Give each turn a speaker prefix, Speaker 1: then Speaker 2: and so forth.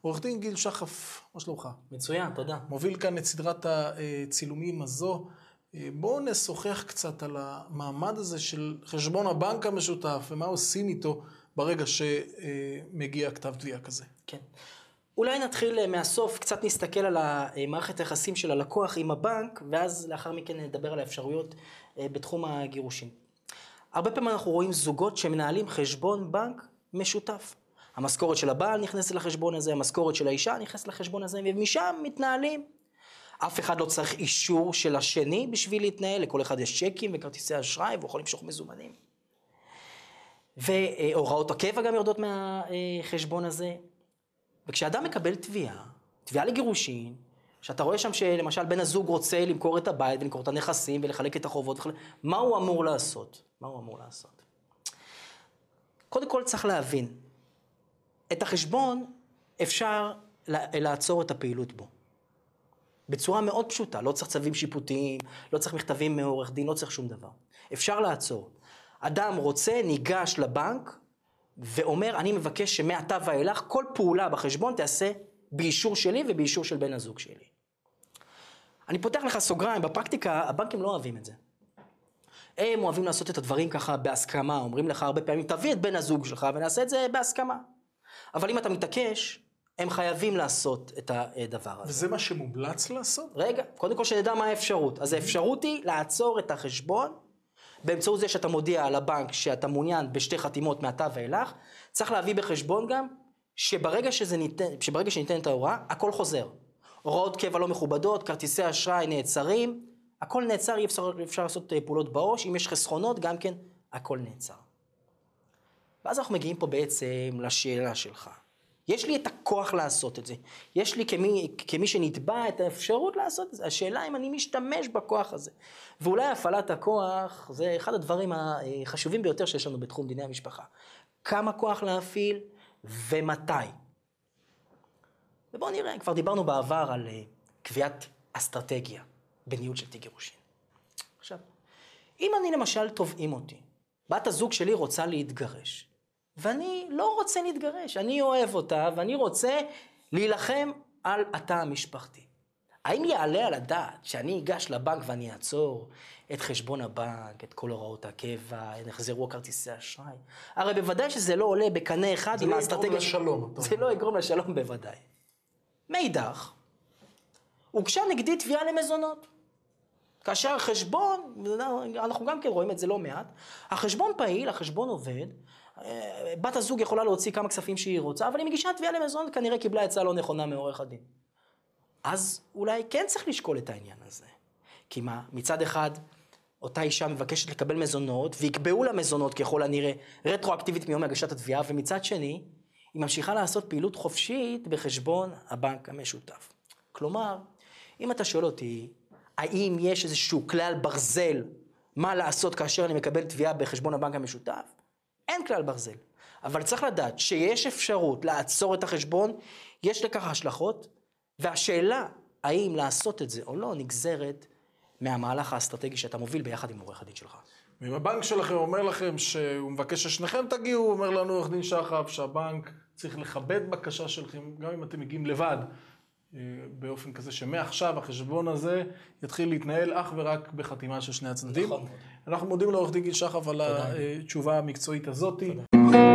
Speaker 1: עורך דין גיל שחף, מה שלומך?
Speaker 2: מצוין, תודה.
Speaker 1: מוביל כאן את סדרת הצילומים הזו. בואו נשוחח קצת על המעמד הזה של חשבון הבנק המשותף, ומה עושים איתו ברגע שמגיע כתב תביעה כזה.
Speaker 2: כן. אולי נתחיל מהסוף, קצת נסתכל על מערכת היחסים של הלקוח עם הבנק, ואז לאחר מכן נדבר על האפשרויות בתחום הגירושין. הרבה פעמים אנחנו רואים זוגות שמנהלים חשבון בנק משותף. המשכורת של הבעל נכנסת לחשבון הזה, המשכורת של האישה נכנסת לחשבון הזה, ומשם מתנהלים. אף אחד לא צריך אישור של השני בשביל להתנהל, לכל אחד יש צ'קים וכרטיסי אשראי, והוא יכול למשוך מזומנים. והוראות הקבע גם יורדות מהחשבון הזה. וכשאדם מקבל תביעה לגירושין, שאתה רואה שם שלמשל בן הזוג רוצה למכור את הבית ולמכור את הנכסים ולחלק את החובות, מה הוא אמור לעשות? מה הוא אמור לעשות? קודם כל צריך להבין, את החשבון אפשר לעצור את הפעילות בו. בצורה מאוד פשוטה, לא צריך צווים שיפוטיים, לא צריך מכתבים מעורך דין, לא צריך שום דבר. אפשר לעצור. אדם רוצה, ניגש לבנק ואומר, אני מבקש שמעתה ואילך כל פעולה בחשבון תעשה באישור שלי ובאישור של בן הזוג שלי. אני פותח לך סוגריים, בפרקטיקה הבנקים לא אוהבים את זה. הם אוהבים לעשות את הדברים ככה בהסכמה, אומרים לך הרבה פעמים, תביא את בן הזוג שלך ונעשה את זה בהסכמה. אבל אם אתה מתעקש, הם חייבים לעשות את הדבר הזה.
Speaker 1: וזה מה שמומלץ לעשות?
Speaker 2: רגע, קודם כל שנדע מה האפשרות. אז האפשרות היא לעצור את החשבון, באמצעות זה שאתה מודיע על הבנק שאתה מעוניין בשתי חתימות מעתה ואילך, צריך להביא בחשבון גם שברגע שניתן את ההוראה, הכל חוזר. הוראות קבע לא מכובדות, כרטיסי אשראי נעצרים, הכל נעצר, אפשר לעשות פעולות בעו"ש, אם יש חסכונות גם כן, הכל נעצר. ואז אנחנו מגיעים פה בעצם לשאלה שלך. יש לי את הכוח לעשות את זה. יש לי כמי שנתבע את האפשרות לעשות את זה. השאלה אם אני משתמש בכוח הזה. ואולי הפעלת הכוח זה אחד הדברים החשובים ביותר שיש לנו בתחום דיני המשפחה. כמה כוח להפעיל ומתי. ובואו נראה, כבר דיברנו בעבר על קביעת אסטרטגיה בניהול של תיק גירושין. עכשיו, אם אני למשל תובעים אותי, בת הזוג שלי רוצה להתגרש, ואני לא רוצה להתגרש, אני אוהב אותה ואני רוצה להילחם על התא המשפחתי. האם יעלה על הדעת שאני אגש לבנק ואני אעצור את חשבון הבנק, את כל הוראות הקבע, נחזרו כרטיסי אשראי? הרי בוודאי שזה לא עולה בקנה אחד עם האסטרטגיה.
Speaker 1: זה לא יגרום לשלום.
Speaker 2: זה לא יגרום לשלום בוודאי. מאידך, הוגשה נגדי תביעה למזונות. כאשר החשבון, אנחנו גם כן רואים את זה לא מעט, החשבון פעיל, החשבון עובד, בת הזוג יכולה להוציא כמה כספים שהיא רוצה, אבל היא מגישה תביעה למזונות, כנראה קיבלה עצה לא נכונה מעורך הדין. אז אולי כן צריך לשקול את העניין הזה. כי מה, מצד אחד, אותה אישה מבקשת לקבל מזונות, ויקבעו לה מזונות ככל הנראה רטרואקטיבית מיום הגשת התביעה, ומצד שני, היא ממשיכה לעשות פעילות חופשית בחשבון הבנק המשותף. כלומר, אם אתה שואל אותי, האם יש איזשהו כלל ברזל מה לעשות כאשר אני מקבל תביעה בחשבון הבנק המשותף? אין כלל ברזל. אבל צריך לדעת שיש אפשרות לעצור את החשבון, יש לכך השלכות, והשאלה האם לעשות את זה או לא נגזרת מהמהלך האסטרטגי שאתה מוביל ביחד עם עורך הדין שלך.
Speaker 1: ואם הבנק שלכם אומר לכם שהוא מבקש ששניכם תגיעו, הוא אומר לנו עורך דין שחף שהבנק צריך לכבד בקשה שלכם, גם אם אתם מגיעים לבד, באופן כזה שמעכשיו החשבון הזה יתחיל להתנהל אך ורק בחתימה של שני הצדדים.
Speaker 2: נכון.
Speaker 1: אנחנו מודים לעורך דין גיל שחף על התשובה המקצועית הזאת. תודה.